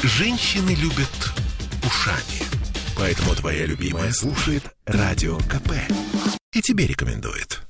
Женщины любят ушами. Поэтому твоя любимая слушает Радио КП. И тебе рекомендует.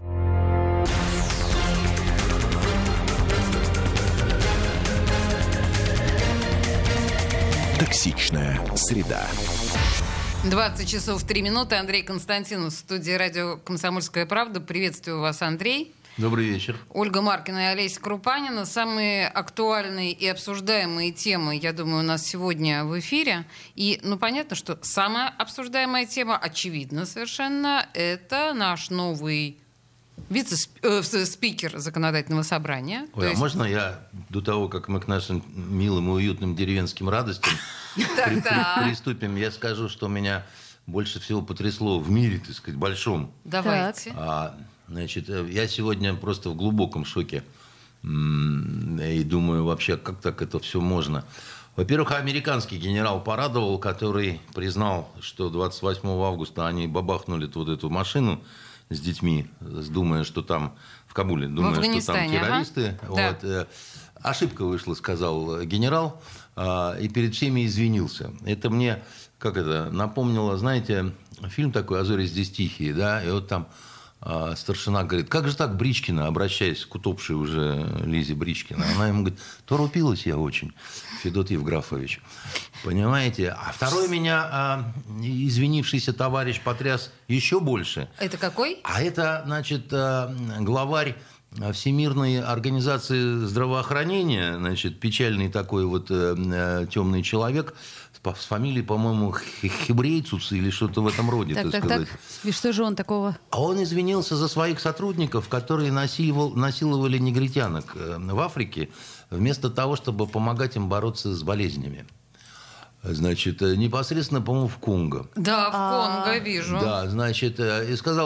Токсичная среда. 20 часов 3 минуты. Андрей Константинов в студии радио «Комсомольская правда». Приветствую вас, Андрей. Добрый вечер. Ольга Маркина и Олеся Крупанина. Самые актуальные и обсуждаемые темы, я думаю, у нас сегодня в эфире. И, понятно, что самая обсуждаемая тема, очевидно совершенно, это наш новый вице-спикер законодательного собрания. Ой, можно я до того, как мы к нашим милым и уютным деревенским радостям приступим, я скажу, что меня больше всего потрясло в мире, так сказать, большом. Давайте. Значит, я сегодня просто в глубоком шоке. И думаю, вообще, как так это все можно? Во-первых, американский генерал порадовал, который признал, что 28 августа они бабахнули вот эту машину с детьми, думая, что там в Кабуле, думая, что там террористы. Ага. Вот. Ошибка вышла, сказал генерал, и перед всеми извинился. Это мне, напомнило, знаете, фильм такой «А зори здесь тихие», да, и вот там старшина говорит: как же так, Бричкина, обращаясь к утопшей уже Лизе Бричкина, она ему говорит: торопилась я очень, Федот Евграфович. Понимаете? А второй меня извинившийся товарищ потряс еще больше. Это какой? А это, значит, главарь Всемирной организации здравоохранения, значит, печальный такой вот темный человек с фамилией, по-моему, Хебрейцус или что-то в этом роде, так сказать. И что же он такого? А он извинился за своих сотрудников, которые насиловали негритянок в Африке, вместо того, чтобы помогать им бороться с болезнями. Значит, непосредственно, по-моему, в Конго. Да, в Конго вижу. Да, значит, и сказал,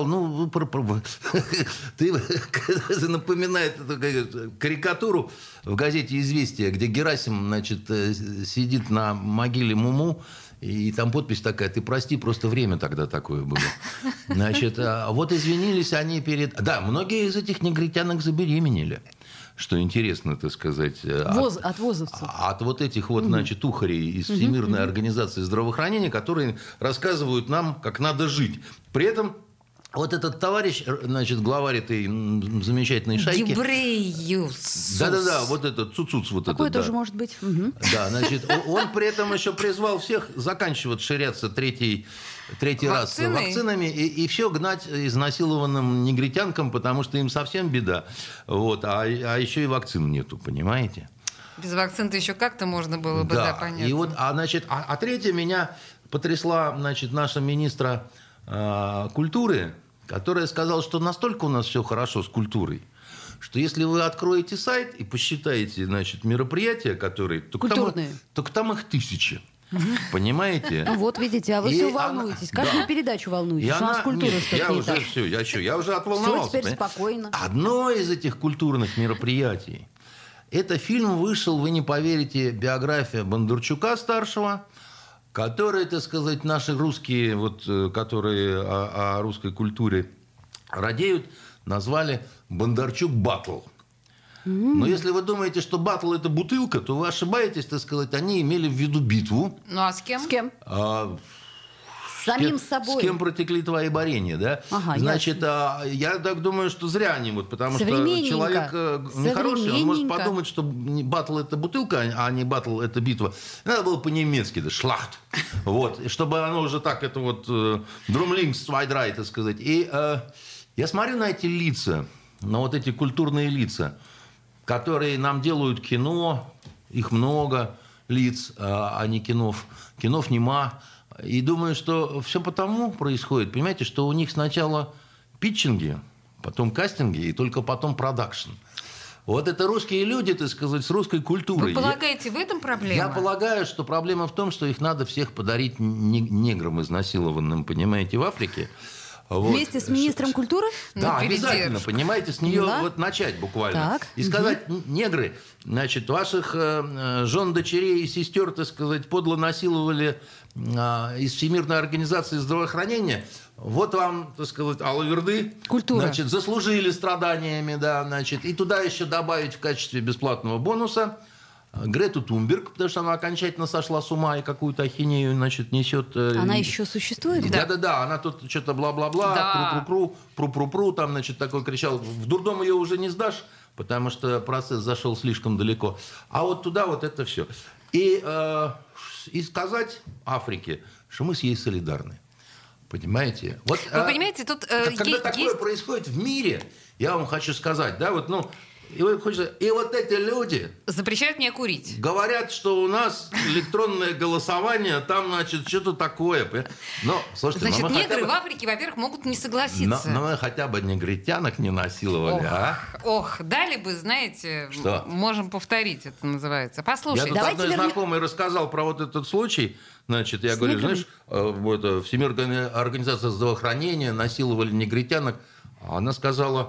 ты напоминает эту карикатуру в газете «Известия», где Герасим, значит, сидит на могиле Муму, и там подпись такая: ты прости, просто время тогда такое было. Значит, вот извинились они перед... Да, многие из этих негритянок забеременели. Что интересно, так сказать, от возовцев. От вот этих вот, значит, ухарей из Всемирной организации здравоохранения, которые рассказывают нам, как надо жить. При этом вот этот товарищ, значит, главарь этой замечательной шайки... Гебрейюс. Да-да-да, вот этот Цуцуц. Вот такой этот, тоже да. может быть. Да, значит, он при этом еще призвал всех заканчивать ширяться третий раз вакцинами и все гнать изнасилованным негритянкам, потому что им совсем беда. Вот, а еще и вакцин нету, понимаете? Без вакцин-то еще как-то можно было бы, да, понятно. И вот, третья меня потрясла, значит, наша министра культуры, которая сказала, что настолько у нас все хорошо с культурой, что если вы откроете сайт и посчитаете, значит, мероприятия, которые... Культурные. Только там их 1000. Понимаете? Ну вот, видите, а вы все волнуетесь. Каждую передачу волнуетесь. Что у нас культура что-то не так. Я уже отволновался. Все, теперь спокойно. Одно из этих культурных мероприятий, это фильм вышел, вы не поверите, биография Бондарчука старшего, которые, так сказать, наши русские, вот, которые о русской культуре радеют, назвали «Бондарчук Баттл». Но если вы думаете, что баттл – это бутылка, то вы ошибаетесь, так сказать. Они имели в виду битву. Ну, а с кем? С кем? Самим собой. С кем протекли твои борения, да? Ага, значит, я так думаю, что зря они, вот, потому что человек нехороший, он может подумать, что баттл – это бутылка, а не баттл – это битва. Надо было по-немецки, да, шлахт. Вот, чтобы оно уже так, это вот друмлингс свайдрай, так сказать. И я смотрю на эти лица, на вот эти культурные лица, которые нам делают кино, их много лиц, а не кинов. Кинов нема. И думаю, что все потому происходит, понимаете, что у них сначала питчинги, потом кастинги и только потом продакшн. Вот это русские люди, так сказать, с русской культурой. Вы полагаете, в этом проблема? Я полагаю, что проблема в том, что их надо всех подарить неграм изнасилованным, понимаете, в Африке. Вот. Вместе с министром культуры? Да, обязательно, понимаете, с нее вот начать буквально. Так. И сказать: негры, значит, ваших жен, дочерей и сестер, так сказать, подло насиловали из Всемирной организации здравоохранения. Вот вам, так сказать, алаверды. Культура. Значит, заслужили страданиями, да, значит. И туда еще добавить в качестве бесплатного бонуса Грету Тунберг, потому что она окончательно сошла с ума и какую-то ахинею, значит, несет. Она еще существует? Да. Она тут что-то бла-бла-бла, да. пру-пру-пру, там, значит, такой кричал. В дурдом ее уже не сдашь, потому что процесс зашел слишком далеко. А вот туда вот это все. И сказать Африке, что мы с ней солидарны. Понимаете? Вот, вы понимаете, тут когда такое происходит в мире, я вам хочу сказать, да, вот, и вот эти люди запрещают мне курить. Говорят, что у нас электронное голосование, там, значит, что-то такое. Но, слушайте, значит, негры в Африке, во-первых, могут не согласиться. Но мы хотя бы негритянок не насиловали, дали бы, знаете, что? Можем повторить, это называется. Послушайте. Я тут одной знакомой рассказал про вот этот случай. Значит, я говорю, знаешь, Всемирная организация здравоохранения насиловали негритянок. А она сказала...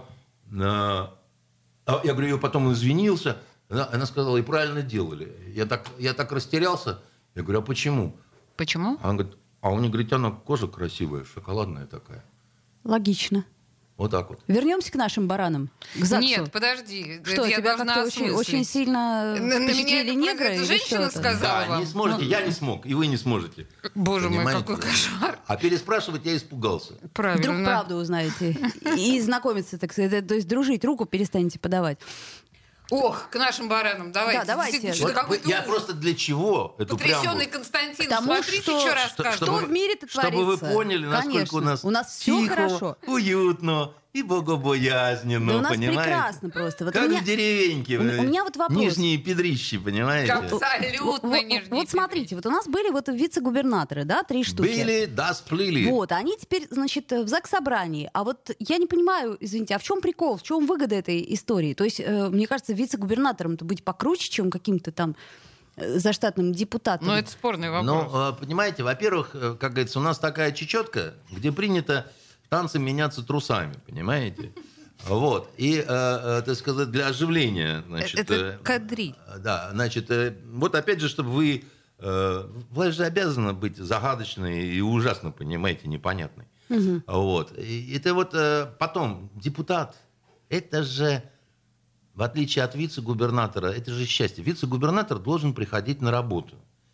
Я говорю, я потом извинился. Она сказала, и правильно делали. Я так растерялся. Я говорю, а почему? Почему? Она говорит, а у негритянок кожа красивая, шоколадная такая. Логично. Вот так вот. Вернемся к нашим баранам. К ЗАГСу. Нет, подожди. Что, я тебя как-то очень сильно впечатлили негры? Эта женщина сказала да, вам. Не сможете, я не смог, и вы не сможете. Боже мой, какой кошмар. А переспрашивать я испугался. Правильно. Вдруг правду узнаете. И знакомиться, так сказать. То есть дружить, руку перестанете подавать. Ох, к нашим баранам, давайте. Да, давайте. Я просто для чего эту потрясенный Константин, смотрите, что расскажет. Что в мире-то творится. Чтобы вы поняли, насколько у нас все тихо, хорошо. Уютно и богобоязненно, да у нас понимаете? прекрасно просто. Вот как в деревеньке. У меня вот вопрос. Нижние Педрищи, понимаете? Абсолютно нижние. Вот смотрите, вот у нас были вот вице-губернаторы, да, 3 штуки. Были, да, сплыли. Вот, они теперь, значит, в заксобрании. А вот я не понимаю, извините, а в чем прикол, в чем выгода этой истории? То есть, мне кажется, вице-губернатором-то быть покруче, чем каким-то там заштатным депутатом. Ну, это спорный вопрос. Ну, понимаете, во-первых, как говорится, у нас такая чечетка, где принято танцы меняться трусами, понимаете? Вот. И, так сказать, для оживления. Значит, это кадриль. Да, значит, вот опять же, чтобы вы... Власть же обязана быть загадочной и ужасно, понимаете, непонятной. Угу. Вот. И это вот потом депутат. Это же, в отличие от вице-губернатора, это же счастье. Вице-губернатор должен приходить на работу.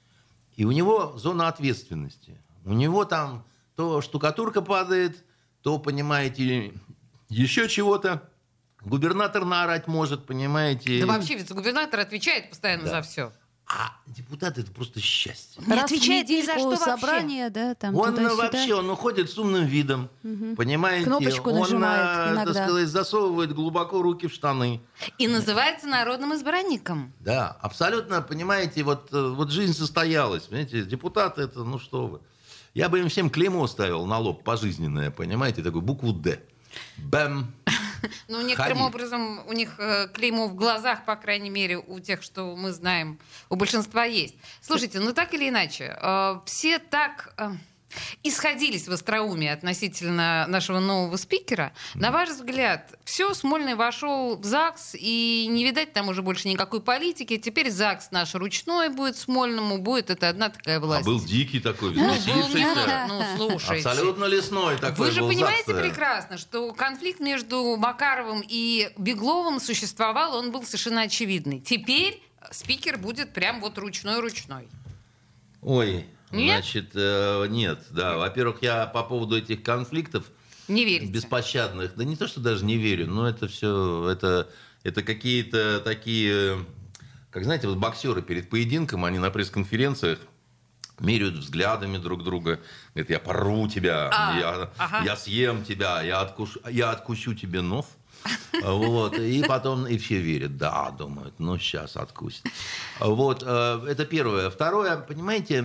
И у него зона ответственности. У него там то штукатурка падает, то, понимаете, еще чего-то. Губернатор наорать может, понимаете. Да вообще вице-губернатор отвечает постоянно за все. А депутат это просто счастье. Не отвечает ни за что собрание, да, там он вообще, он уходит с умным видом, понимаете. Кнопочку нажимает он, иногда. так сказать, засовывает глубоко руки в штаны. И называется народным избранником. Да, абсолютно, понимаете, вот жизнь состоялась, понимаете, депутаты это, ну что вы. Я бы им всем клеймо ставил на лоб пожизненное, понимаете, такую букву «Д». Бэм. Ну, некоторым образом у них клеймо в глазах, по крайней мере, у тех, что мы знаем, у большинства есть. Слушайте, ну так или иначе, все так исходились в остроумии относительно нашего нового спикера. На ваш взгляд, все, Смольный вошел в ЗАГС, и не видать там уже больше никакой политики. Теперь ЗАГС наш ручной будет Смольному, будет это одна такая власть. А был дикий такой, взбесившийся. Ну, слушайте. Абсолютно лесной такой. Вы же понимаете прекрасно, что конфликт между Макаровым и Бегловым существовал, он был совершенно очевидный. Теперь спикер будет прям вот ручной-ручной. Ой... Нет? Значит, нет, да. Во-первых, я по поводу этих конфликтов не верите? Беспощадных, да не то, что даже не верю, но это все, это какие-то такие, как знаете, вот боксеры перед поединком, они на пресс-конференциях меряют взглядами друг друга, говорят, я порву тебя, я съем тебя, я откусю тебе нос. Вот, и потом и все верят, да, думают, ну сейчас откусит. Вот, это первое. Второе, понимаете,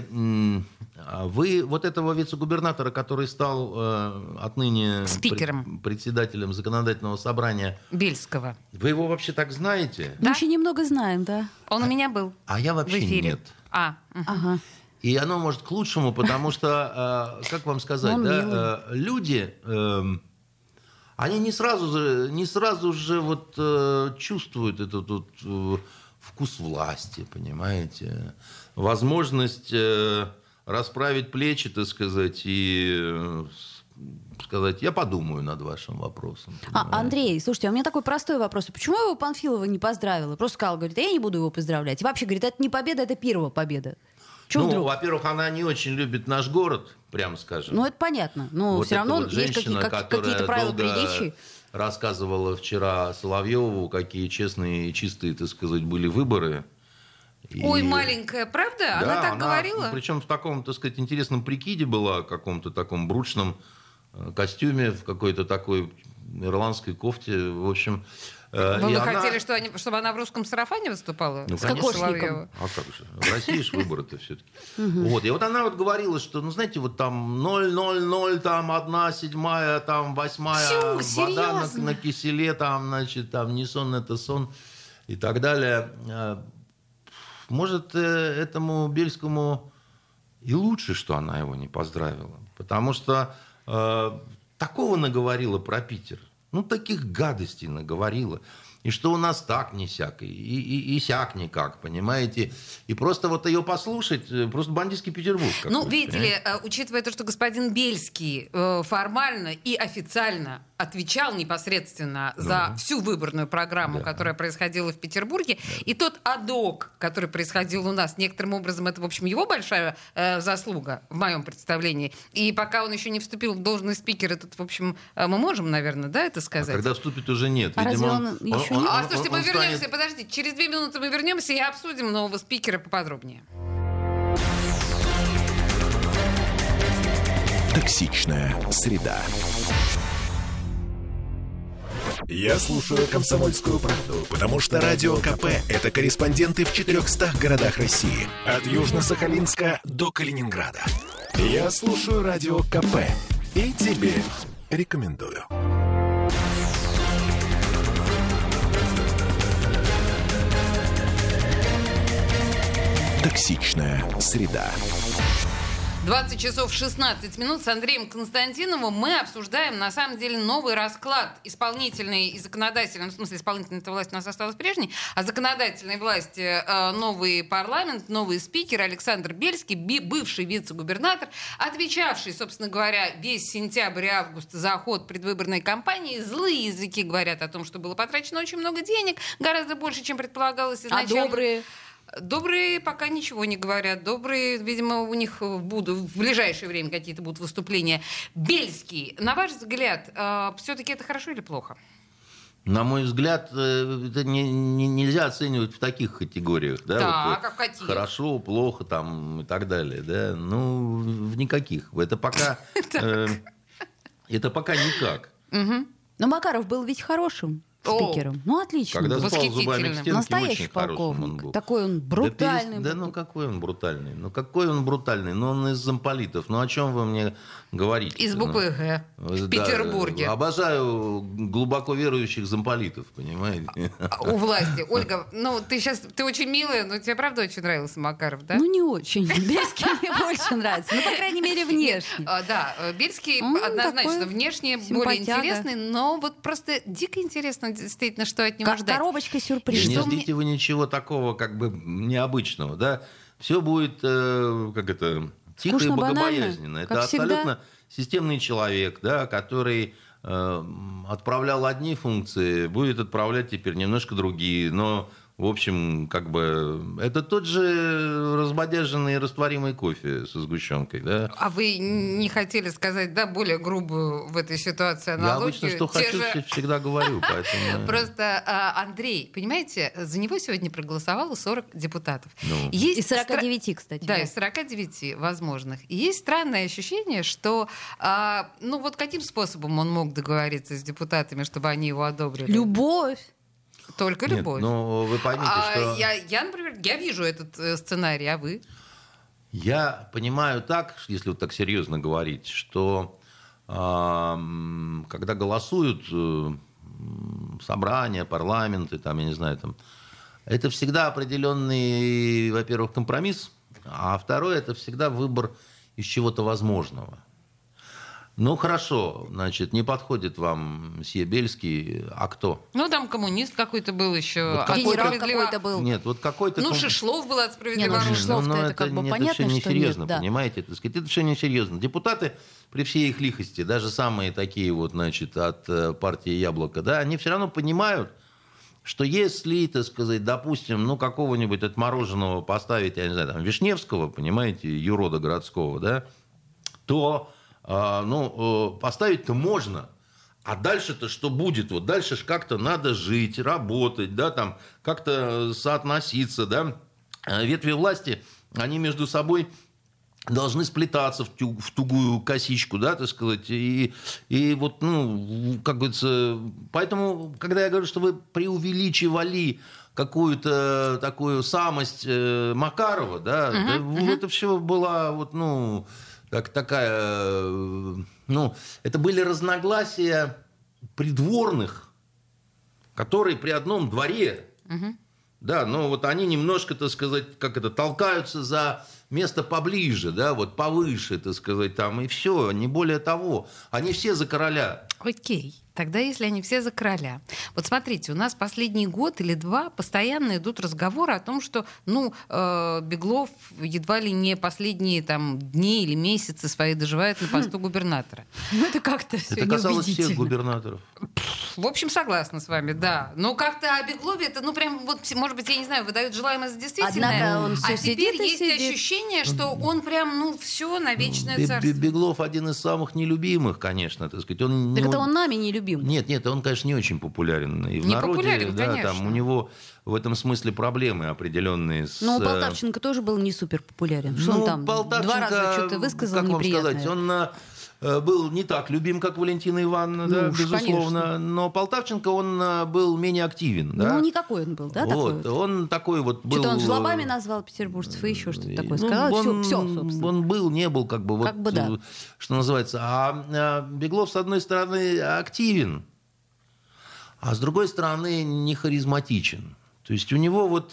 вы вот этого вице-губернатора, который стал отныне спикером, председателем законодательного собрания Бельского, вы его вообще так знаете? Мы еще немного знаем, да. Он у меня был. А я вообще нет. Ага. И оно может к лучшему, потому что, как вам сказать, да, люди... Они не сразу же вот чувствуют этот вот вкус власти, понимаете, возможность расправить плечи, так сказать, и сказать, я подумаю над вашим вопросом. Андрей, слушайте, у меня такой простой вопрос. Почему его Панфилова не поздравила? Просто сказала, говорит, я не буду его поздравлять. И вообще, говорит, это не победа, это первая победа. Во-первых, она не очень любит наш город, прямо скажем. Ну, это понятно. Но все равно вот женщина, есть какие-то правила приличия. Рассказывала вчера Соловьеву, какие честные и чистые, так сказать, были выборы. Ой, маленькая, правда? Да, она так говорила? Причем в таком, так сказать, интересном прикиде была, каком-то таком брючном костюме, в какой-то такой ирландской кофте, в общем. Вы хотели, чтобы она в русском сарафане выступала? Ну, с кокошником? А как же? В России же выборы-то все-таки. Вот. И вот она вот говорила, что, ну, знаете, вот там 0,00, там 1/7, там 1/8, вода на киселе, там, значит, там не сон, это сон и так далее. Может, этому Бельскому и лучше, что она его не поздравила. Потому что такого наговорила про Питер. Ну, таких гадостей наговорила. И что у нас так не сяк, и сяк никак, понимаете? И просто вот ее послушать, просто бандитский Петербург. Ну, видите ли, учитывая то, что господин Бельский формально и официально отвечал непосредственно за всю выборную программу, которая происходила в Петербурге, и тот адок, который происходил у нас, некоторым образом, это, в общем, его большая заслуга, в моем представлении. И пока он еще не вступил в должность спикера, тут, в общем, мы можем, наверное, да, это сказать? А когда вступит, уже нет. Видимо, слушайте, мы вернемся, подождите, через 2 минуты мы вернемся и обсудим нового спикера поподробнее. Токсичная среда. Я слушаю «Комсомольскую правду», потому что Радио КП – это корреспонденты в 400 городах России. От Южно-Сахалинска до Калининграда. Я слушаю Радио КП и тебе рекомендую. Токсичная среда. 20 часов 16 минут с Андреем Константиновым мы обсуждаем, на самом деле, новый расклад исполнительной и законодательной, в смысле, исполнительная власть у нас осталась прежней, а законодательной власти новый парламент, новый спикер Александр Бельский, бывший вице-губернатор, отвечавший, собственно говоря, весь сентябрь и август за ход предвыборной кампании. Злые языки говорят о том, что было потрачено очень много денег, гораздо больше, чем предполагалось изначально. А добрые? Добрые пока ничего не говорят. Добрые, видимо, у них в ближайшее время какие-то будут выступления. Бельский, на ваш взгляд, все-таки это хорошо или плохо? На мой взгляд, это нельзя оценивать в таких категориях. Да, так, вот, а в каких? Хорошо, плохо там, и так далее. Да? Ну, в никаких. Это пока никак. Но Макаров был ведь хорошим спикером. Ну, отлично. Когда спал зубами к стенке, настоящий очень хорошим он был. Такой он брутальный. Да ну какой он брутальный? Ну какой он брутальный? Ну он из замполитов. Ну о чем вы мне говорите? Из буквы «Г» в Петербурге. Обожаю глубоко верующих замполитов, понимаете? У власти. Ольга, ну ты очень милая, но тебе правда очень нравился Макаров, да? Ну не очень. Бельский мне больше нравится. Ну, по крайней мере, внешне. Да, Бельский однозначно внешне более интересный, но вот просто дико интересно действительно, что от него ждать. Коробочка сюрприз. Не ждите вы ничего такого как бы необычного, да? Все будет, тихо и богобоязненно. Это абсолютно системный человек, да, который отправлял одни функции, будет отправлять теперь немножко другие, но в общем, как бы, это тот же разбодяженный растворимый кофе со сгущенкой, да? А вы не хотели сказать, да, более грубую в этой ситуации аналогию? Я обычно, что хочу, всегда говорю, поэтому... Просто, Андрей, понимаете, за него сегодня проголосовало 40 депутатов. Из 49, кстати. Да, из 49 возможных. И есть странное ощущение, что, ну вот каким способом он мог договориться с депутатами, чтобы они его одобрили? Любовь. Только любовь. Ну, вы поймите, что... Я, например, вижу этот сценарий, а вы? Я понимаю так, если вот так серьезно говорить, что когда голосуют собрания, парламенты, там, я не знаю, там, это всегда определенный, во-первых, компромисс, а второе, это всегда выбор из чего-то возможного. Ну, хорошо, значит, не подходит вам мсье Бельский, а кто? Ну, там коммунист какой-то был еще. Вот генерал какой-то был. Нет, вот какой-то... Ну, Шишлов был от «Справедливой России». Шишлов-то это как бы понятно, это все что несерьезно, нет, да. понимаете? Так сказать, это все несерьезно. Депутаты, при всей их лихости, даже самые такие вот, значит, от партии «Яблоко», да, они все равно понимают, что если, так сказать, допустим, ну, какого-нибудь отмороженного поставить, я не знаю, там, Вишневского, понимаете, юрода городского, да, то... поставить-то можно. А дальше-то что будет? Вот дальше ж как-то надо жить, работать, да, там, как-то соотноситься, да. Ветви власти, они между собой должны сплетаться в тугую косичку, да, так сказать. И вот, ну, как говорится... Поэтому, когда я говорю, что вы преувеличивали какую-то такую самость Макарова, да, это все было вот, ну... это были разногласия придворных, которые при одном дворе, да, но вот они немножко, так сказать, толкаются за место поближе, да, вот повыше, так сказать, там, и все, не более того. Они все за короля. Окей. Тогда, если они все за короля. Вот смотрите, у нас последний год или два постоянно идут разговоры о том, что, Беглов едва ли не последние там дни или месяцы свои доживает на посту губернатора. Ну, это как-то все неубедительно. Это касалось всех губернаторов. В общем, согласна с вами, да. Но как-то о Беглове это, прям, вот, может быть, я не знаю, выдают желаемое за действительное. Однако он а теперь есть ощущение, что он прям, все на вечное царство. Беглов один из самых нелюбимых, конечно, так сказать. Это он нами не любим. Нет, он, конечно, не очень популярен и в народе. Популярен, да, конечно. Там у него в этом смысле проблемы определенные. Ну, Полтавченко тоже был не супер популярен. Что он там два раза что-то высказал неприятное. Как вам сказать, он был не так любим, как Валентина Ивановна, да, безусловно. Конечно. Но Полтавченко, он был менее активен. Да? Ну, никакой он был, да? Вот, такой он такой вот был... Что-то он жлобами назвал петербуржцев и еще что-то такое сказал. Все, собственно. Он был, не был, как бы, как бы, да. Что называется. А Беглов, с одной стороны, активен, а с другой стороны, не харизматичен. То есть у него вот...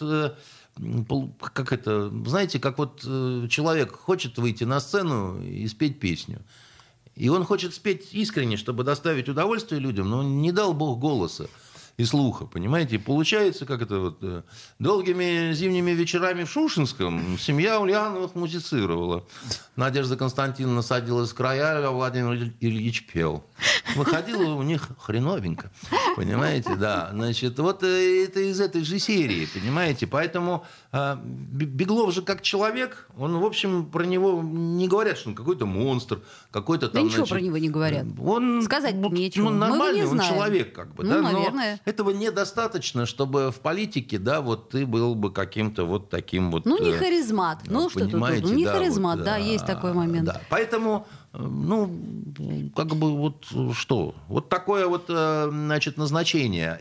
знаете, как вот человек хочет выйти на сцену и спеть песню. И он хочет спеть искренне, чтобы доставить удовольствие людям, но не дал Бог голоса и слуха, понимаете? И получается, долгими зимними вечерами в Шушинском семья Ульяновых музицировала. Надежда Константиновна садилась с края, а Владимир Ильич пел. Выходило у них хреновенько, понимаете? Да, значит, вот это из этой же серии, понимаете? Поэтому Беглов же как человек, он, в общем, про него не говорят, что он какой-то монстр, какой-то там... Да ничего про него не говорят. Сказать нечего. Нормальный, он человек, как бы, да? Наверное. Но этого недостаточно, чтобы в политике, да, вот ты был бы каким-то вот таким вот... Ну, не харизмат. Ну, что тут? Ну, не харизмат, да, есть такой момент. Да. Поэтому, вот такое вот, значит, назначение.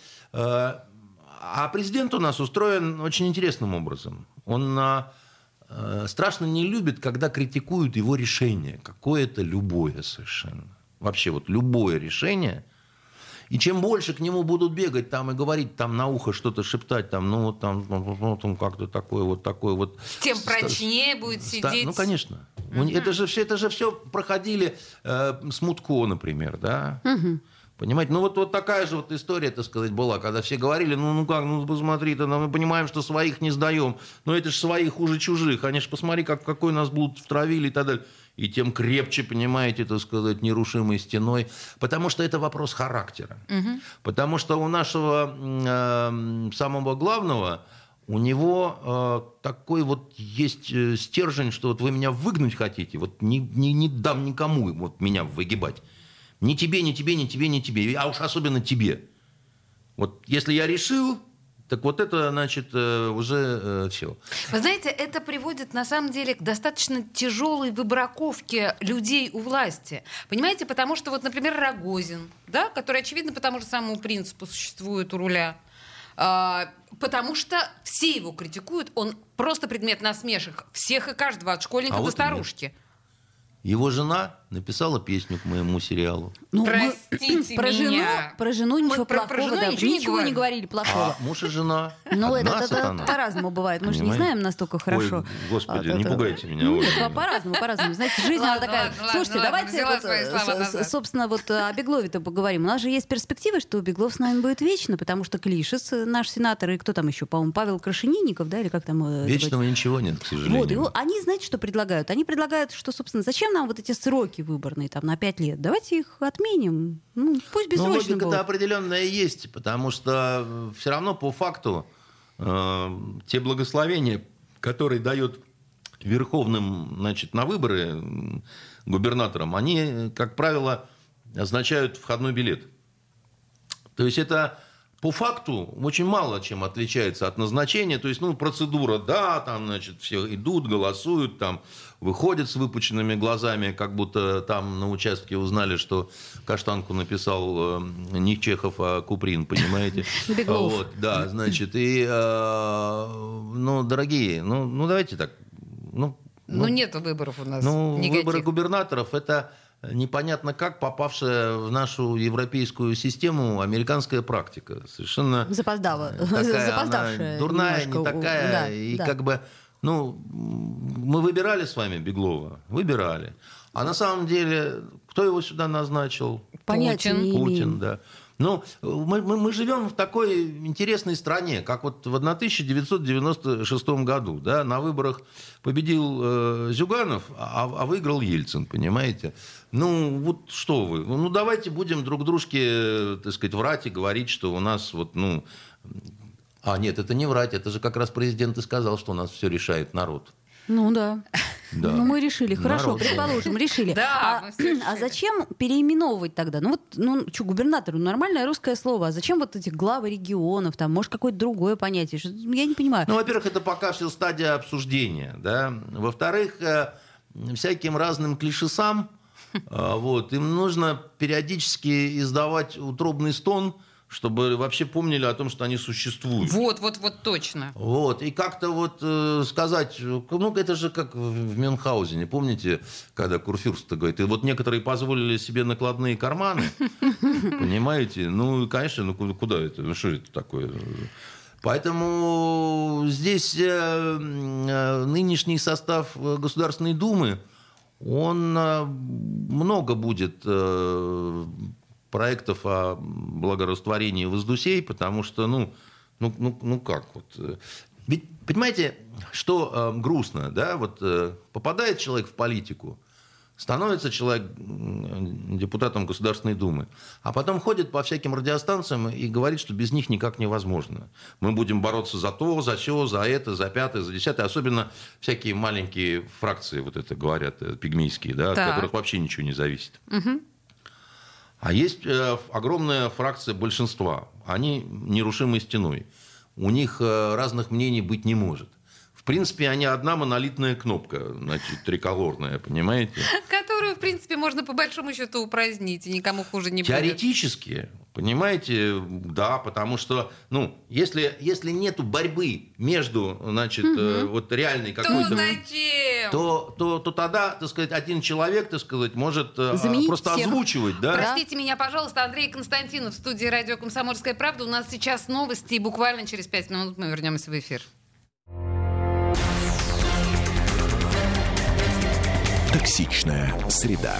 А президент у нас устроен очень интересным образом. Он страшно не любит, когда критикуют его решение. Какое-то любое совершенно. Вообще вот любое решение. И чем больше к нему будут бегать там и говорить там на ухо что-то шептать, там, там как-то такое вот. Тем прочнее будет сидеть. Ну, конечно. Это же все проходили с Мутко, например, да? Понимаете? Ну, вот такая же вот история, так сказать, была, когда все говорили, посмотри, мы понимаем, что своих не сдаем, но это же своих хуже чужих, они же посмотри, какой нас будут втравили и так далее. И тем крепче, понимаете, так сказать, нерушимой стеной. Потому что это вопрос характера. Потому что у нашего самого главного, у него такой вот есть стержень, что вот вы меня выгнуть хотите, вот не дам никому вот меня выгибать. Ни тебе, ни тебе, ни тебе, ни тебе, а уж особенно тебе. Вот если я решил... Так вот это, значит, уже все. Вы знаете, это приводит, на самом деле, к достаточно тяжелой выбраковке людей у власти. Понимаете, потому что, вот, например, Рогозин, да, который, очевидно, по тому же самому принципу существует у руля, потому что все его критикуют, он просто предмет насмешек всех и каждого, от школьника до старушки. Его жена написала песню к моему сериалу. Ну, простите меня. Про жену ничего плохого. Про жену да, ничего не говорили плохого. А муж и жена. Ну, одна это сатана. по-разному бывает. Мы же не знаем настолько хорошо. Ой, господи, не пугайте меня. Нет, по-разному. Знаете, жизнь она такая... Слушайте, давайте, собственно, вот о Беглове-то поговорим. У нас же есть перспективы, что Беглов с нами будет вечно, потому что Клишес, наш сенатор, и кто там еще, по-моему, Павел Крашенинников, да, или как там... Вечного ничего нет, к сожалению. Вот, и они, знаете, что предлагают? Они предлагают, что, собственно, зачем нам вот эти сроки выборные там на 5 лет? Давайте их отменим. Ну, пусть бессрочно будет. Логика-то определенная есть, потому что все равно по факту те благословения, которые дает верховным, значит, на выборы губернаторам, они, как правило, означают входной билет. То есть это по факту очень мало чем отличается от назначения. То есть, процедура, да, там, значит, все идут, голосуют, там, выходят с выпученными глазами, как будто там на участке узнали, что Каштанку написал не Чехов, а Куприн, понимаете? Беглов. Вот, да, значит, и, дорогие, давайте так. Нету выборов у нас. Выборы губернаторов – это непонятно как попавшая в нашу европейскую систему американская практика. Совершенно запоздавшая. Дурная, не такая. Да, и как бы, мы выбирали с вами Беглова? Выбирали. А на самом деле, кто его сюда назначил? Путин, да. Мы живем в такой интересной стране, как вот в 1996 году. Да, на выборах победил Зюганов, а выиграл Ельцин, понимаете? Вот что вы. Давайте будем друг дружке, так сказать, врать и говорить, что у нас нет, это не врать, это же как раз президент и сказал, что у нас все решает народ. Да. Мы решили. Хорошо, народ, предположим, решили. Да, а зачем переименовывать тогда? Губернатор, нормальное русское слово. А зачем вот эти главы регионов? Там, может, какое-то другое понятие? Я не понимаю. Во-первых, это пока все стадия обсуждения. Да? Во-вторых, всяким разным клишесам им нужно периодически издавать утробный стон, чтобы вообще помнили о том, что они существуют. Вот, точно. И как-то сказать, это же как в Мюнхгаузене, помните, когда Курфюрст говорит, и некоторые позволили себе накладные карманы, понимаете, конечно, куда это, что это такое? Поэтому здесь нынешний состав Государственной Думы, он много будет проектов о благорастворении воздусей, потому что, как вот... Ведь, понимаете, что грустно, да, попадает человек в политику, становится человек депутатом Государственной Думы, а потом ходит по всяким радиостанциям и говорит, что без них никак невозможно. Мы будем бороться за то, за сё, за это, за пятое, за десятое. Особенно всякие маленькие фракции, это говорят, пигмейские, да, от которых вообще ничего не зависит. Угу. А есть огромная фракция большинства. Они нерушимой стеной. У них разных мнений быть не может. В принципе, они одна монолитная кнопка, триколорная, понимаете? Которую, в принципе, можно по большому счету упразднить, и никому хуже не будет. Теоретически, понимаете, да, потому что, если нету борьбы между, реальной какой-то... То зачем? То тогда, так сказать, один человек, так сказать, может просто всех озвучивать, да? Простите меня, пожалуйста, Андрей Константинов в студии радио «Комсомольская правда». У нас сейчас новости, и буквально через 5 минут мы вернемся в эфир. Токсичная среда.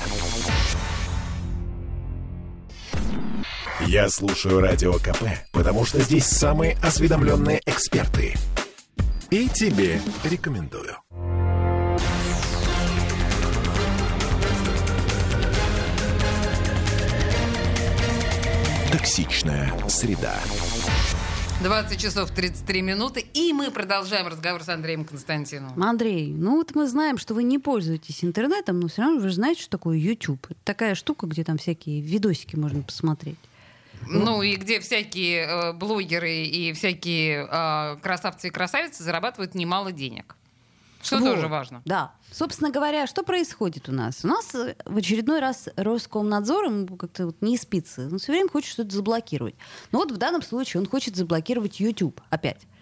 Я слушаю Радио КП, потому что здесь самые осведомленные эксперты. И тебе рекомендую. Токсичная среда. 20 часов 33 минуты, и мы продолжаем разговор с Андреем Константиновым. Андрей, мы знаем, что вы не пользуетесь интернетом, но все равно вы же знаете, что такое YouTube. Это такая штука, где там всякие видосики можно посмотреть. И где всякие блогеры и всякие красавцы и красавицы зарабатывают немало денег. Что тоже важно. Да. Собственно говоря, что происходит у нас? У нас в очередной раз Роскомнадзор, ему как-то не спится, он все время хочет что-то заблокировать. В данном случае он хочет заблокировать YouTube опять.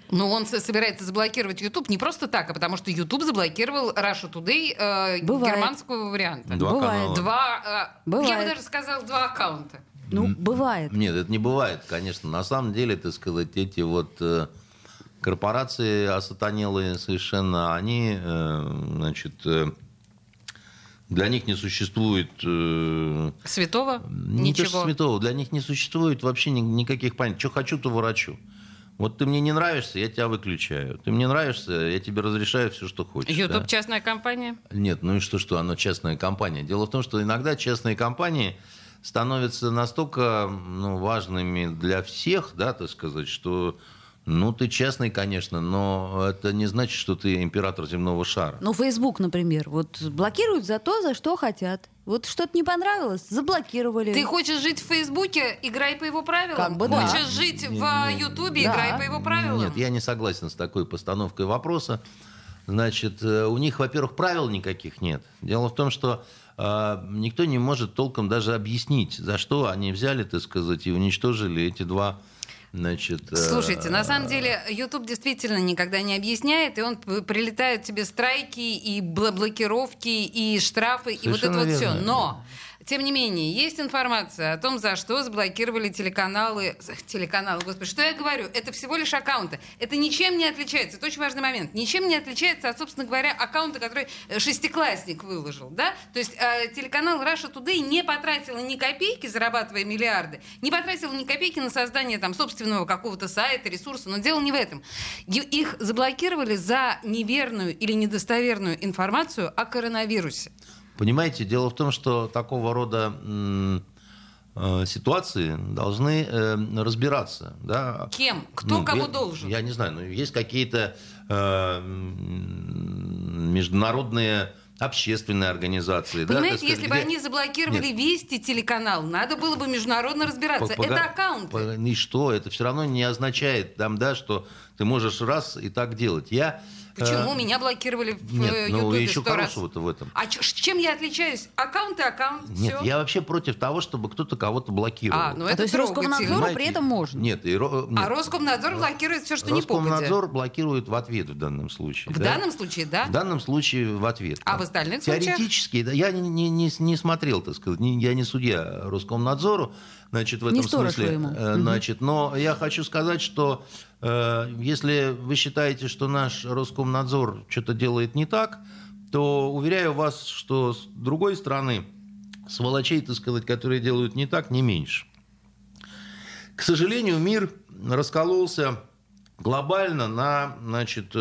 Ну, он собирается заблокировать YouTube не просто так, а потому что YouTube заблокировал Russia Today германского варианта. Бывает. Я бы даже сказала, 2 аккаунта. Ну, бывает. Нет, это не бывает, конечно. На самом деле, так сказать, эти вот корпорации осатанелые совершенно, они, значит, для них не существует... Святого? Не то, что святого. Для них не существует вообще никаких понятий. Что хочу, то ворочу. Вот ты мне не нравишься, я тебя выключаю. Ты мне нравишься, я тебе разрешаю все, что хочешь. YouTube да? частная компания? Нет, ну и что, оно частная компания. Дело в том, что иногда частные компании становятся настолько важными для всех, да, так сказать, что... Ну, ты частный, конечно, но это не значит, что ты император земного шара. Ну, Facebook, например, вот блокируют за то, за что хотят. Вот что-то не понравилось, заблокировали. Ты хочешь жить в Фейсбуке, играй по его правилам. Как бы да. Хочешь жить в Ютубе, играй по его правилам. Нет, я не согласен с такой постановкой вопроса. Значит, у них, во-первых, правил никаких нет. Дело в том, что никто не может толком даже объяснить, за что они взяли, так сказать, и уничтожили эти 2... Значит, слушайте, на самом деле YouTube действительно никогда не объясняет, и он прилетает тебе страйки, и блокировки, и штрафы, совершенно и вот это вот все. Но, тем не менее, есть информация о том, за что заблокировали телеканалы, господи, что я говорю? Это всего лишь аккаунты. Это ничем не отличается, это очень важный момент, ничем не отличается от, собственно говоря, аккаунта, который шестиклассник выложил, да? То есть телеканал Russia Today не потратил ни копейки, зарабатывая миллиарды, не потратил ни копейки на создание там собственного какого-то сайта, ресурса, но дело не в этом. Их заблокировали за неверную или недостоверную информацию о коронавирусе. Понимаете, дело в том, что такого рода ситуации должны разбираться. Да? Кем? Кто кому должен? Я не знаю, но есть какие-то международные общественные организации. Понимаете, да, сказать, если бы они заблокировали Вести телеканал, надо было бы международно разбираться. Это аккаунты. И что? Это все равно не означает, да, что ты можешь раз и так делать. Почему? Меня блокировали в Ютубе 100 раз. Ну, еще хорошего-то в этом. А чем я отличаюсь? Аккаунт и аккаунт. Нет, все. я вообще против того, чтобы кто-то кого-то блокировал. Ну это то есть Роскомнадзору при этом можно? Нет. А Роскомнадзор блокирует все, что не попадет. Роскомнадзор блокирует в ответ в данном случае. В данном случае, да? В данном случае в ответ. А в остальных случаях? Теоретически, да, я не смотрел, так сказать, я не судья Роскомнадзору, значит, в этом смысле. Ему. Значит, но я хочу сказать, что если вы считаете, что наш Роскомнадзор что-то делает не так, то уверяю вас, что с другой стороны сволочей, так сказать, которые делают не так, не меньше. К сожалению, мир раскололся глобально на, значит,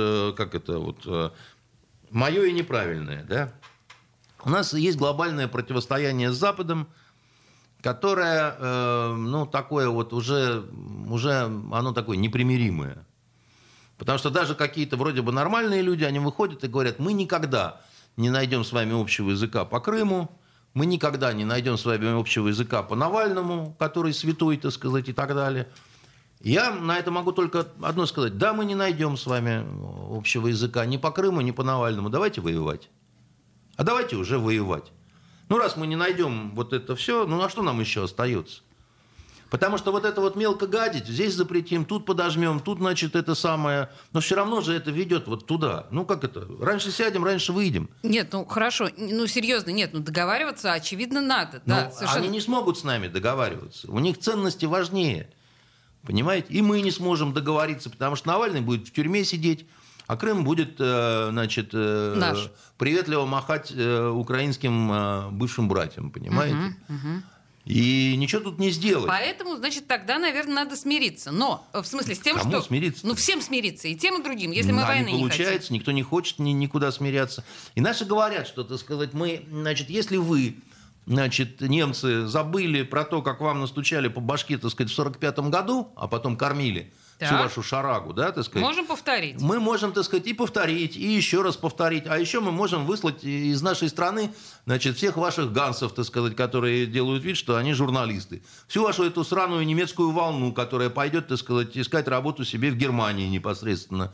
мое и неправильное, да? У нас есть глобальное противостояние с Западом, которое, такое вот уже оно такое непримиримое. Потому что даже какие-то вроде бы нормальные люди, они выходят и говорят, мы никогда не найдем с вами общего языка по Крыму, мы никогда не найдем с вами общего языка по Навальному, который святой, так сказать, и так далее. Я на это могу только одно сказать. Да, мы не найдем с вами общего языка ни по Крыму, ни по Навальному. Давайте воевать. А давайте уже воевать. Ну, раз мы не найдем вот это все, а что нам еще остается? Потому что вот это вот мелко гадить, здесь запретим, тут подожмем, тут, значит, это самое. Но все равно же это ведет вот туда. Ну, как это? Раньше сядем, раньше выйдем. Нет, хорошо. Серьезно, нет. Договариваться, очевидно, надо. Да, совершенно... Они не смогут с нами договариваться. У них ценности важнее. Понимаете? И мы не сможем договориться, потому что Навальный будет в тюрьме сидеть, а Крым будет, приветливо махать украинским бывшим братьям, понимаете? И ничего тут не сделать. Поэтому, значит, тогда, наверное, надо смириться. Но, в смысле, с тем, Кому что... смириться? Всем смириться, и тем, и другим, если мы войны не хотим. Не получается, никто не хочет никуда смиряться. И наши говорят, что, так сказать, если вы, немцы, забыли про то, как вам настучали по башке, так сказать, в 1945 году, а потом кормили всю вашу шарагу, да, так сказать. Можем повторить. Мы можем, так сказать, и повторить, и еще раз повторить. А еще мы можем выслать из нашей страны, всех ваших гансов, так сказать, которые делают вид, что они журналисты. Всю вашу эту сраную немецкую волну, которая пойдет, так сказать, искать работу себе в Германии непосредственно.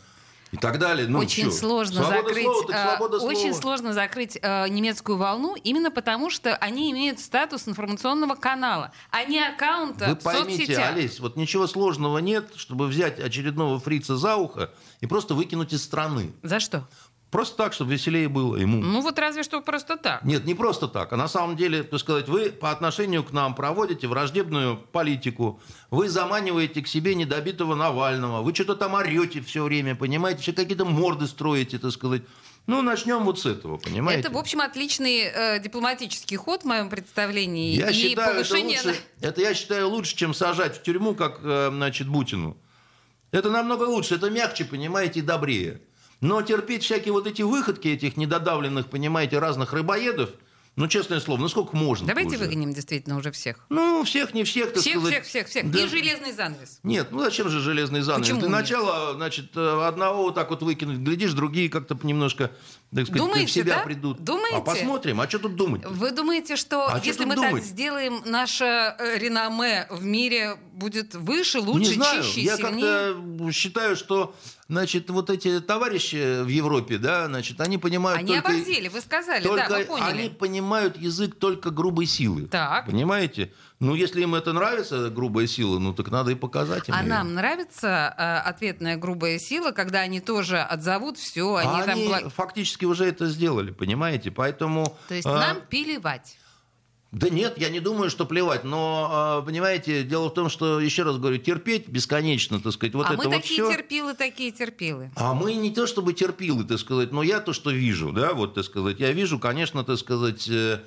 и так далее. Ну, очень сложно закрыть, очень сложно закрыть немецкую волну, именно потому, что они имеют статус информационного канала, а не аккаунта в соцсетях. Вы поймите, Олесь, вот ничего сложного нет, чтобы взять очередного фрица за ухо и просто выкинуть из страны. За что? Просто так, чтобы веселее было ему. Ну вот разве что просто так. Нет, не просто так. А на самом деле, так сказать, вы по отношению к нам проводите враждебную политику. Вы заманиваете к себе недобитого Навального. Вы что-то там орете все время, понимаете? Еще какие-то морды строите, так сказать. Ну, начнем вот с этого, понимаете? Это, в общем, отличный дипломатический ход в моем представлении. Я и считаю, повышение... это я считаю лучше, чем сажать в тюрьму, как, значит, Бутину. Это намного лучше, это мягче, понимаете, и добрее. Но терпеть всякие вот эти выходки этих недодавленных, понимаете, разных рыбоедов, ну, честное слово, ну сколько можно? Давайте уже? Выгоним действительно уже всех. Ну, всех, не всех, так сказать. Всех. Да. И железный занавес. Нет, ну зачем же железный занавес? Почему Для нет? начала, значит, одного вот так вот выкинуть, глядишь, другие как-то немножко, так сказать, Думаете, в себя да? придут. Думаете? А посмотрим, а что тут думать? Вы думаете, что если мы так сделаем, наше реноме в мире будет выше, лучше, не знаю. чище, Я сильнее? как-то считаю, что, значит, вот эти товарищи в Европе, да, значит, они понимают Они только... оборзели, вы сказали, только да, вы поняли. Они понимают язык только грубой силы. Так. Понимаете? Ну, если им это нравится, грубая сила, ну, так надо и показать им. А её. нам нравится ответная грубая сила, когда они тоже отзовут все, они там... фактически уже это сделали, понимаете? Поэтому... То есть нам плевать. Да нет, я не думаю, что плевать, но, понимаете, дело в том, что, еще раз говорю, терпеть бесконечно, так сказать, вот а это мы вот такие всё. такие терпилы. А мы не то чтобы терпилы, так сказать, но я то, что вижу, да, вот, так сказать, я вижу, конечно, так сказать,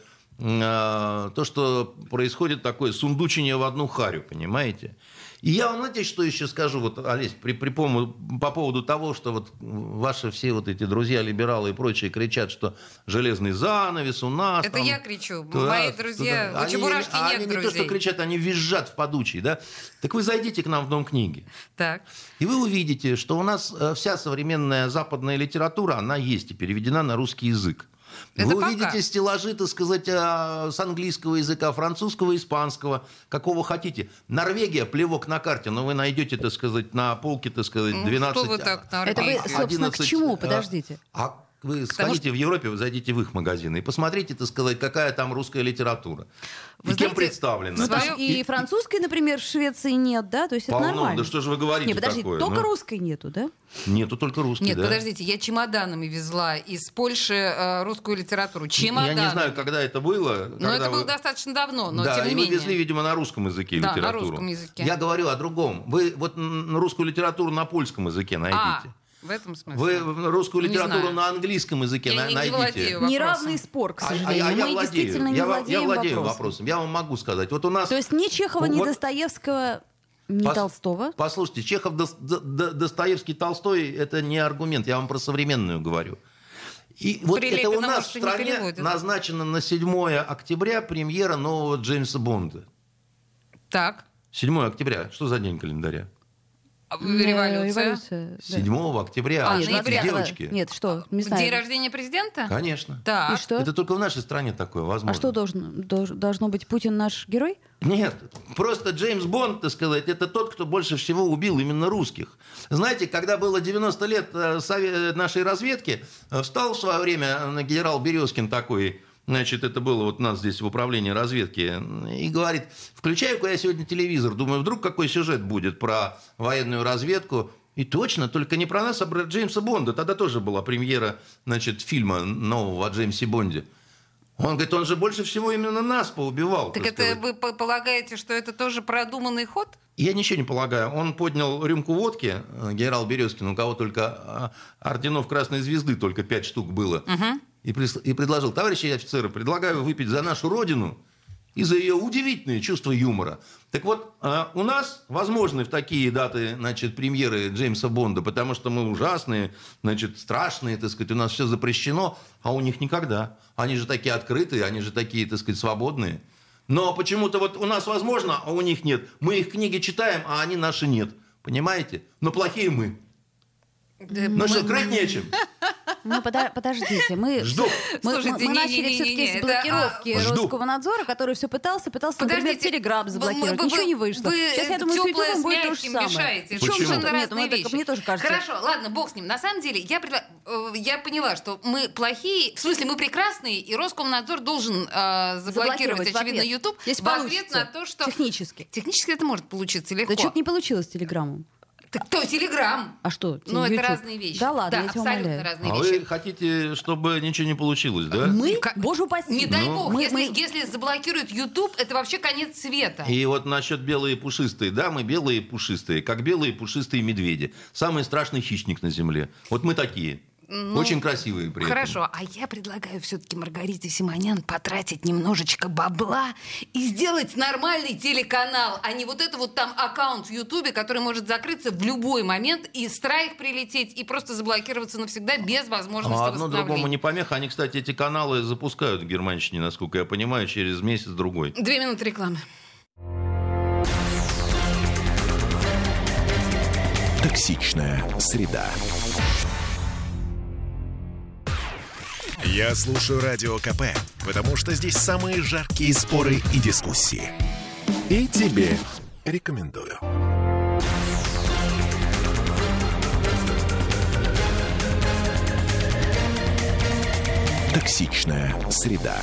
то, что происходит такое сундучение в одну харю, понимаете? И я вам, знаете, что еще скажу, вот, Олесь, по поводу того, что вот ваши все вот эти друзья-либералы и прочие кричат, что железный занавес у нас... Это там, я кричу, мои друзья, у Чебурашки нет они друзей. не то, что кричат, они визжат в подучий, да? Так вы зайдите к нам в Дом книги. Так. И вы увидите, что у нас вся современная западная литература, она есть и переведена на русский язык. Вы увидите стеллажи, так сказать, с английского языка, французского, испанского, какого хотите. Норвегия, плевок на карте, но вы найдете, так сказать, на полке, так сказать, 12... Что вы так, это вы, собственно, 11, к чему? Подождите. Вы сходите в Европе, вы зайдите в их магазины и посмотрите, так сказать, какая там русская литература. И кем представлена. Ну, и французской, например, в Швеции нет, да? То есть это нормально. Да что же вы говорите Нет, подождите, такое? Только русской нету, да? Нету только русской, Нет, да. подождите, я чемоданами везла из Польши русскую литературу. Чемоданами. Я не знаю, когда это было. Но это было достаточно давно, но да, тем не менее. Да, и вы везли, видимо, на русском языке литературу. Да, на русском языке. Я говорю о другом. Вы вот русскую литературу на польском языке найдите. В этом смысле. Вы русскую литературу на английском языке найдите. Неравный спор, к сожалению. Мы действительно не владеем Я владею вопросом. Я вам могу сказать. Вот у нас... То есть ни Чехова, ни Достоевского, ни Толстого? Послушайте, Чехов, Достоевский, Толстой – это не аргумент. Я вам про современную говорю. И вот это у нас в стране назначена на 7 октября премьера нового Джеймса Бонда. Так. 7 октября. Что за день календаря? Революция. 7 октября. Девочки. Нет, что? День рождения президента? Конечно. Так. И что? Это только в нашей стране такое возможно. А что должно быть? Путин наш герой? Нет, просто Джеймс Бонд, так сказать, это тот, кто больше всего убил именно русских. Знаете, когда было 90 лет нашей разведки, встал в свое время генерал Березкин такой... Значит, это было вот у нас здесь в управлении разведки. И говорит, включаю-ка я сегодня телевизор. Думаю, вдруг какой сюжет будет про военную разведку. И точно, только не про нас, а про Джеймса Бонда. Тогда тоже была премьера, значит, фильма нового о Джеймсе Бонде. Он говорит, он же больше всего именно нас поубивал. Так это вы полагаете, что это тоже продуманный ход? Я ничего не полагаю. Он поднял рюмку водки, генерал Березкин, у кого только орденов Красной Звезды, только 5 штук было. Угу. И предложил, товарищи офицеры, предлагаю выпить за нашу Родину и за ее удивительное чувство юмора. Так вот, у нас возможны в такие даты, значит, премьеры Джеймса Бонда, потому что мы ужасные, значит, страшные, так сказать, у нас все запрещено, а у них никогда. Они же такие открытые, они же такие, так сказать, свободные. Но почему-то вот у нас возможно, а у них нет. Мы их книги читаем, а они наши нет. Понимаете? Но плохие мы. Ну что, крыть нечем. Ну, подождите, мы начали все-таки с блокировки Роскомнадзора, который все пытался, например, Телеграм заблокировать. Ничего не вышло. Сейчас, я думаю, с Ютубом будет то же самое. Почему? Мне тоже кажется. Хорошо, ладно, бог с ним. На самом деле, я поняла, что мы плохие, в смысле, мы прекрасные, и Роскомнадзор должен заблокировать, очевидно, YouTube в ответ на то, что... Технически. Технически это может получиться легко. Да что-то не получилось с Телеграмом. Так кто? Телеграм. А что? Ну, это разные вещи. Да ладно, да, абсолютно разные вещи. А вы хотите, чтобы ничего не получилось, да? Мы? Боже упаси. Не дай бог. Если заблокируют YouTube, это вообще конец света. И вот насчет белые пушистые. Да, мы белые пушистые, как белые пушистые медведи. Самый страшный хищник на земле. Вот мы такие. Очень красивые при этом. Хорошо, а я предлагаю все-таки Маргарите Симонян потратить немножечко бабла и сделать нормальный телеканал, а не вот это вот там аккаунт в Ютубе, который может закрыться в любой момент и страйк прилететь, и просто заблокироваться навсегда без возможности восстановления. Одно другому не помеха. Они, кстати, эти каналы запускают в Германщине, насколько я понимаю, через месяц-другой. 2 минуты рекламы. Токсичная среда. Я слушаю Радио КП, потому что здесь самые жаркие споры и дискуссии. И тебе рекомендую. Токсичная среда.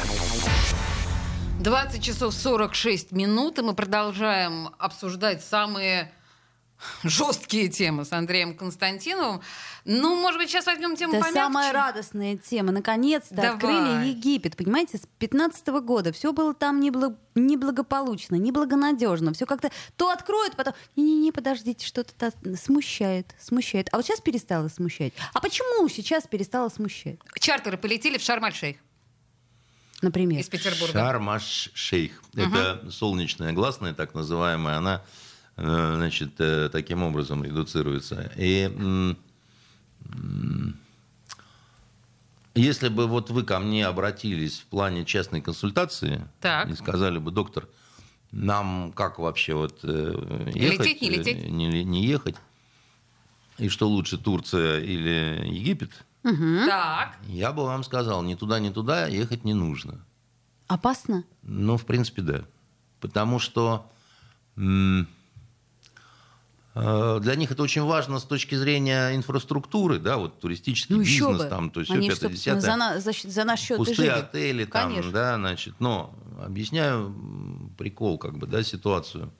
20 часов 46 минут, и мы продолжаем обсуждать самые жесткие темы с Андреем Константиновым. Ну, может быть, сейчас возьмем тему помягче? Это самая радостная тема. Наконец-то открыли Египет. Понимаете, с 2015 года все было там неблагополучно, неблагонадежно. Все как-то то откроют, потом... Не-не-не, подождите, что-то смущает. А вот сейчас перестало смущать. А почему сейчас перестало смущать? Чартеры полетели в Шарм-эль-Шейх. Например. Из Петербурга. Шарм-эль-Шейх. Это солнечная гласная, так называемая. Она, значит, таким образом редуцируется. И если бы вот вы ко мне обратились в плане частной консультации и сказали бы: доктор, нам как вообще вот ехать? Лететь, не лететь? Не ехать? И что лучше, Турция или Египет? Так. Я бы вам сказал, ни туда, ни туда ехать не нужно. Опасно? Ну, в принципе, да. Потому что для них это очень важно с точки зрения инфраструктуры, да, вот туристический бизнес, там, то есть они, все 5-10. За наш счет пустые отели, там, да, значит. Но объясняю прикол, как бы, да, ситуацию.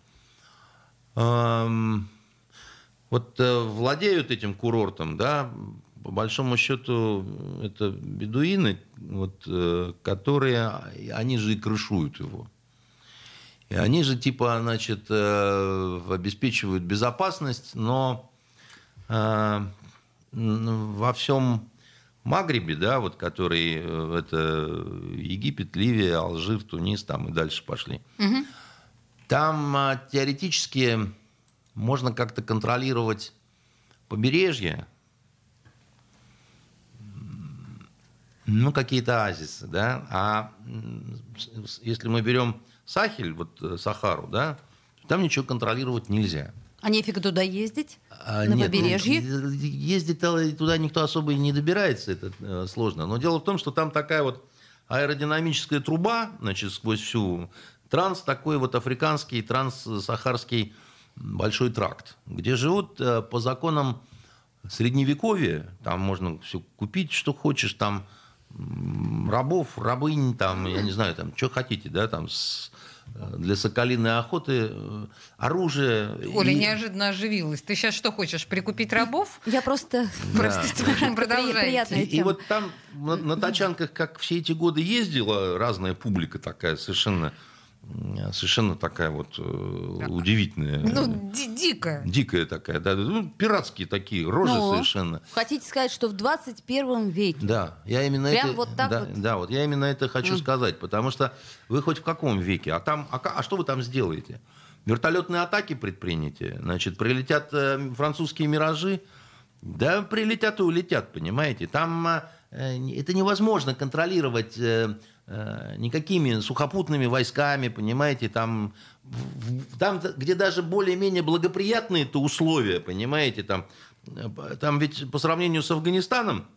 Вот владеют этим курортом, да, по большому счету, это бедуины, вот, которые, они же и крышуют его. И они же, типа, значит, обеспечивают безопасность, но во всем Магрибе, да, вот, который, это Египет, Ливия, Алжир, Тунис, там и дальше пошли, там теоретически можно как-то контролировать побережье, ну, какие-то оазисы, да, а если мы берем Сахель, вот Сахару, да, там ничего контролировать нельзя. А нефиг туда ездить? На побережье? Ездить туда никто особо и не добирается, это сложно. Но дело в том, что там такая вот аэродинамическая труба, значит, сквозь всю такой вот африканский, транссахарский большой тракт, где живут по законам Средневековья, там можно все купить, что хочешь, там рабов, рабынь, там, я не знаю, там, что хотите, да, там, для соколиной охоты, оружие. Оля неожиданно оживилась. Ты сейчас что хочешь, прикупить рабов? Я просто... Продолжайте. И вот там на тачанках, как все эти годы ездила разная публика такая, совершенно такая вот удивительная. Ну, дикая. Дикая такая, да. Ну, пиратские такие рожи совершенно. Хотите сказать, что в 21 веке? Да, я именно прям это... вот так вот? Да, вот я именно это хочу сказать, потому что вы хоть в каком веке, а что вы там сделаете? Вертолетные атаки предприняте, значит, прилетят французские «Миражи», да, прилетят и улетят, понимаете? Там это невозможно контролировать никакими сухопутными войсками, понимаете, там, где даже более-менее благоприятные-то условия, понимаете, там ведь по сравнению с Афганистаном,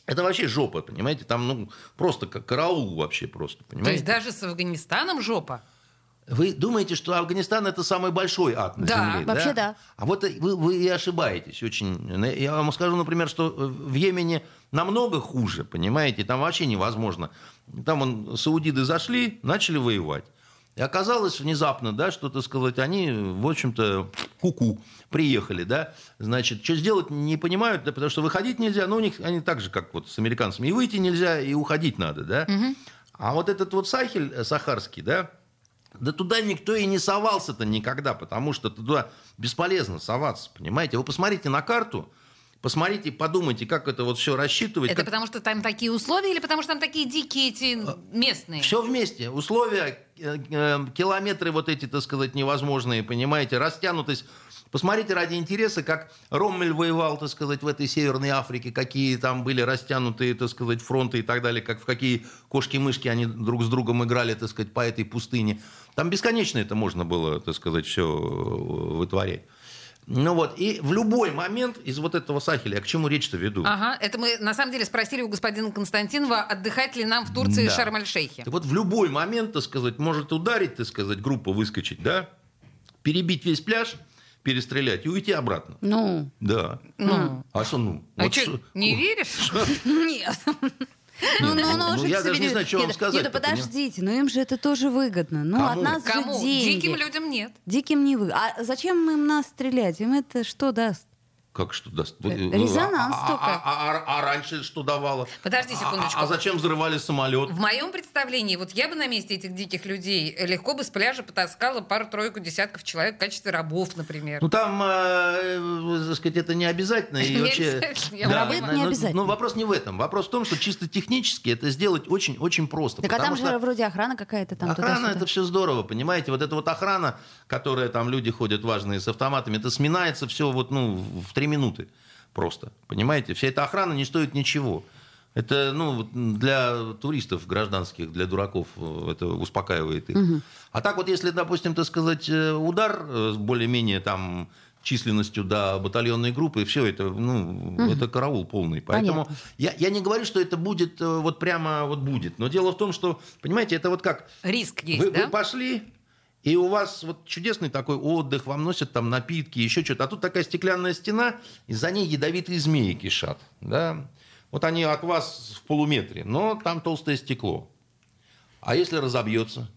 Это вообще жопа, понимаете? Там просто как караул вообще просто, понимаете? То есть даже с Афганистаном жопа? Вы думаете, что Афганистан это самый большой ад на земле? Вообще да. А вот вы и ошибаетесь очень. Я вам скажу, например, что в Йемене намного хуже, понимаете? Там вообще невозможно. Там саудиды зашли, начали воевать. И оказалось внезапно, да, что, так сказать, они, в общем-то, ку-ку, приехали, да, значит, что сделать не понимают, да, потому что выходить нельзя, но у них они так же, как вот с американцами, и выйти нельзя, и уходить надо, да. Угу. А вот этот вот Сахель сахарский, да туда никто и не совался-то никогда, потому что туда бесполезно соваться, понимаете. Вы посмотрите на карту, посмотрите, подумайте, как это вот все рассчитывать. Это потому что там такие условия или потому что там такие дикие эти местные? Все вместе. Условия, километры вот эти, так сказать, невозможные, понимаете, растянутость. Посмотрите ради интереса, как Роммель воевал, так сказать, в этой Северной Африке, какие там были растянутые, так сказать, фронты и так далее, как в какие кошки-мышки они друг с другом играли, так сказать, по этой пустыне. Там бесконечно это можно было, так сказать, все вытворять. Ну вот, и в любой момент из вот этого Сахеля, я к чему речь-то веду? Ага, это мы на самом деле спросили у господина Константинова, отдыхать ли нам в Турции Шарм-эль-Шейхе. Так вот, в любой момент, так сказать, может ударить, так сказать, группа выскочить, да, перебить весь пляж, перестрелять и уйти обратно. Ну. Да. Ну. А что, ну? А вот что, не веришь? Нет. Я даже не знаю, что вам сказать. Нет, подождите, но им же это тоже выгодно. Ну, от нас же деньги. Диким людям нет. Диким не выгодно. А зачем им нас стрелять? Им это что даст? Как что даст? Резонанс только. А раньше что давало? Подожди секундочку. А зачем взрывали самолет? В моем представлении, вот я бы на месте этих диких людей легко бы с пляжа потаскала пару-тройку десятков человек в качестве рабов, например. Ну, там, так сказать, это не обязательно. Не обязательно. Рабы это не обязательно. Но вопрос не в этом. Вопрос в том, что чисто технически это сделать очень-очень просто. Так а там же вроде охрана какая-то там. Охрана, это все здорово, понимаете? Вот эта вот охрана, которая там люди ходят важные с автоматами, это сминается все вот, в 3 минуты просто, понимаете? Вся эта охрана не стоит ничего. Это, для туристов гражданских, для дураков это успокаивает их. Угу. А так вот, если, допустим, так сказать, удар с более-менее там численностью до батальонной группы, все это, это караул полный. Поэтому я не говорю, что это будет вот прямо вот будет. Но дело в том, что, понимаете, это вот как... Риск есть, да? Вы пошли... И у вас вот чудесный такой отдых, вам носят там напитки, еще что-то. А тут такая стеклянная стена, и за ней ядовитые змеи кишат. Да? Вот они от вас в полуметре, но там толстое стекло. А если разобьется?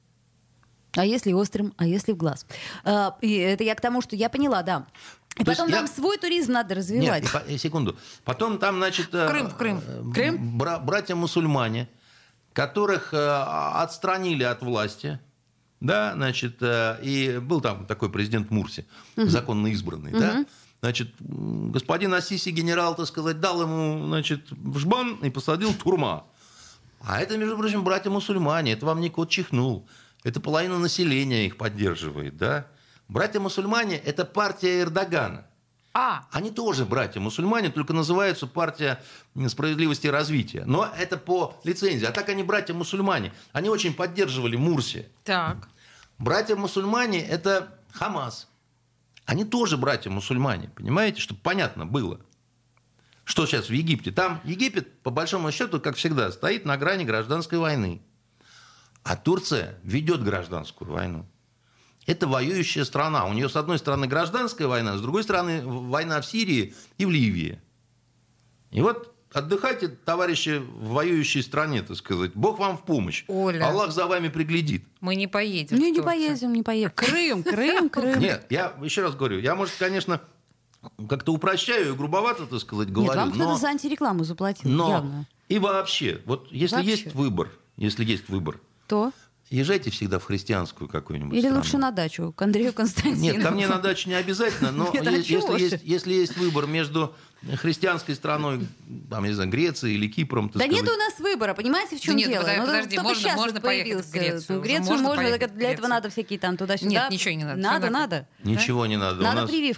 А если острым, а если в глаз? И это я к тому, что я поняла, да. И потом нам свой туризм надо развивать. Нет, секунду. Потом там, значит... Крым. Братья-мусульмане, которых отстранили от власти... Да, значит, и был там такой президент Мурси, законно избранный, да. Значит, господин Ассиси, генерал, так сказать, дал ему, значит, в жбан и посадил в турма. А это, между прочим, братья-мусульмане, это вам не кот чихнул. Это половина населения их поддерживает, да. Братья-мусульмане – это партия Эрдогана. Они тоже братья-мусульмане, только называются партия справедливости и развития. Но это по лицензии. А так они братья-мусульмане. Они очень поддерживали Мурси. Так. Братья-мусульмане – это Хамас. Они тоже братья-мусульмане, понимаете, чтобы понятно было. Что сейчас в Египте? Там Египет, по большому счету, как всегда, стоит на грани гражданской войны. А Турция ведет гражданскую войну. Это воюющая страна. У нее, с одной стороны, гражданская война, с другой стороны, война в Сирии и в Ливии. И вот отдыхайте, товарищи, в воюющей стране, так сказать. Бог вам в помощь. Оля, Аллах за вами приглядит. Мы не поедем. Не поедем. Крым. Нет, я еще раз говорю, я, может, конечно, как-то упрощаю и грубовато, так сказать, говорю. Нет, вам кто-то за антирекламу заплатил, явно. И вообще, вот если есть выбор, то... Езжайте всегда в христианскую какую-нибудь Или страну. лучше на дачу, к Андрею Константинову. Нет, ко мне на дачу не обязательно, но если есть выбор между христианской страной, там, не знаю, Грецией или Кипром... Да нет у нас выбора, понимаете, в чем дело? Подожди, можно поехать в Грецию. Грецию можно, для этого надо всякие там туда-сюда. Нет, ничего не надо. Ничего не надо. Надо прививку.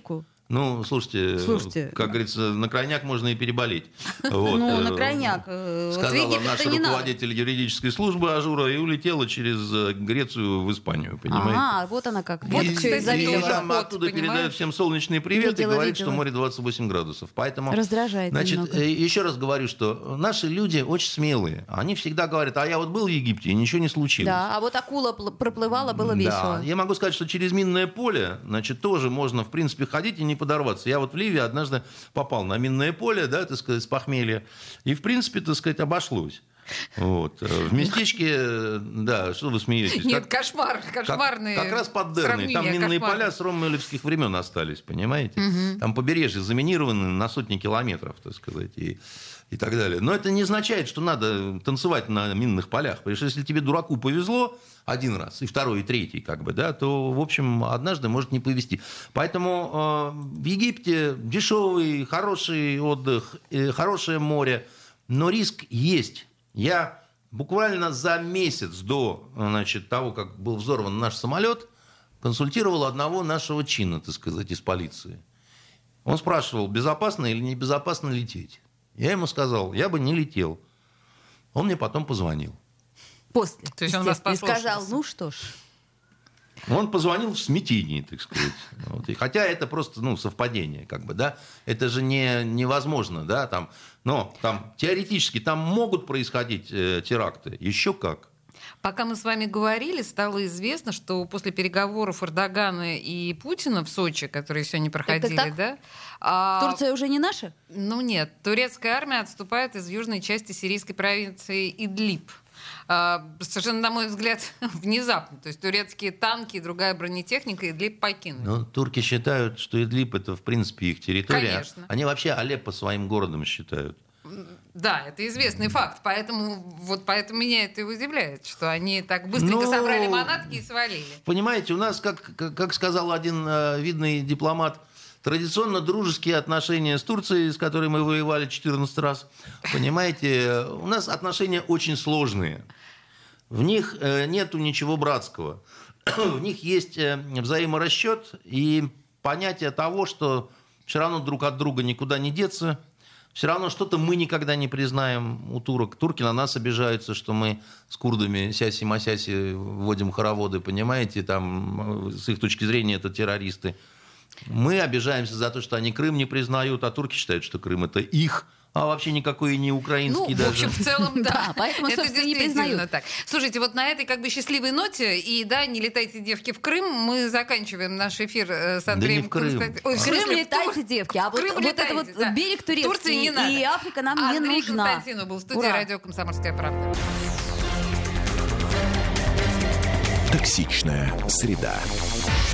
Ну, слушайте, как говорится, на крайняк можно и переболеть. Вот. Ну, на крайняк. Сказала наш руководитель юридической службы Ажура и улетела через Грецию в Испанию, понимаете? А, вот она как. Вот, и там оттуда передают всем солнечный привет и говорит, что море 28 градусов. Поэтому, раздражает значит, еще раз говорю, что наши люди очень смелые. Они всегда говорят, а я вот был в Египте, и ничего не случилось. Да, а вот акула проплывала, было весело. Да, я могу сказать, что через минное поле, значит, тоже можно, в принципе, ходить и не подорваться. Я вот в Ливии однажды попал на минное поле, да, так сказать, с похмелья, и, в принципе, так сказать, обошлось. Вот. В местечке, да, что вы смеетесь? Нет, кошмарные. Как раз под Дерной. Там минные поля с роммелевских времен остались, понимаете? Угу. Там побережье заминировано на сотни километров, так сказать, и так далее. Но это не означает, что надо танцевать на минных полях. Потому что если тебе, дураку, повезло один раз, и второй, и третий, как бы, да, то, в общем, однажды может не повезти. Поэтому в Египте дешевый, хороший отдых, хорошее море, но риск есть. Я буквально за месяц до, значит, того, как был взорван наш самолет, консультировал одного нашего чина, так сказать, из полиции. Он спрашивал, безопасно или небезопасно лететь. Я ему сказал, я бы не летел. Он мне потом позвонил. После. То есть он вас послушался. И сказал, ну что ж. Он позвонил в смятении, так сказать. Вот. И хотя это просто совпадение, как бы, да. Это же невозможно, да. Там, но там теоретически там могут происходить теракты. Еще как. Пока мы с вами говорили, стало известно, что после переговоров Эрдогана и Путина в Сочи, которые сегодня проходили, да? Турция уже не наша? Ну нет, турецкая армия отступает из южной части сирийской провинции Идлиб. Совершенно, на мой взгляд, внезапно. То есть турецкие танки и другая бронетехника Идлиб покинули. Но турки считают, что Идлиб это, в принципе, их территория. Конечно. Они вообще Алеппо своим городом считают. Да, это известный факт. Поэтому меня это и удивляет, что они так быстренько собрали манатки и свалили. Понимаете, у нас, как сказал один видный дипломат, традиционно дружеские отношения с Турцией, с которой мы воевали 14 раз. Понимаете, у нас отношения очень сложные. В них нету ничего братского. В них есть взаиморасчет и понятие того, что все равно друг от друга никуда не деться. Все равно что-то мы никогда не признаем у турок. Турки на нас обижаются, что мы с курдами сяси-масяси вводим хороводы, понимаете? Там, с их точки зрения это террористы. Мы обижаемся за то, что они Крым не признают, а турки считают, что Крым это их, а вообще никакой и не украинский даже. В общем, в целом, да. Поэтому, собственно, не признают. Так. Слушайте, вот на этой как бы счастливой ноте, и да, не летайте, девки, в Крым, мы заканчиваем наш эфир с Андреем Константиновичем. В Крым летайте, девки, а вот это вот берег турецкий и Африка нам не нужна. Андрей Константинов был в студии радио «Комсомольская правда». Токсичная среда.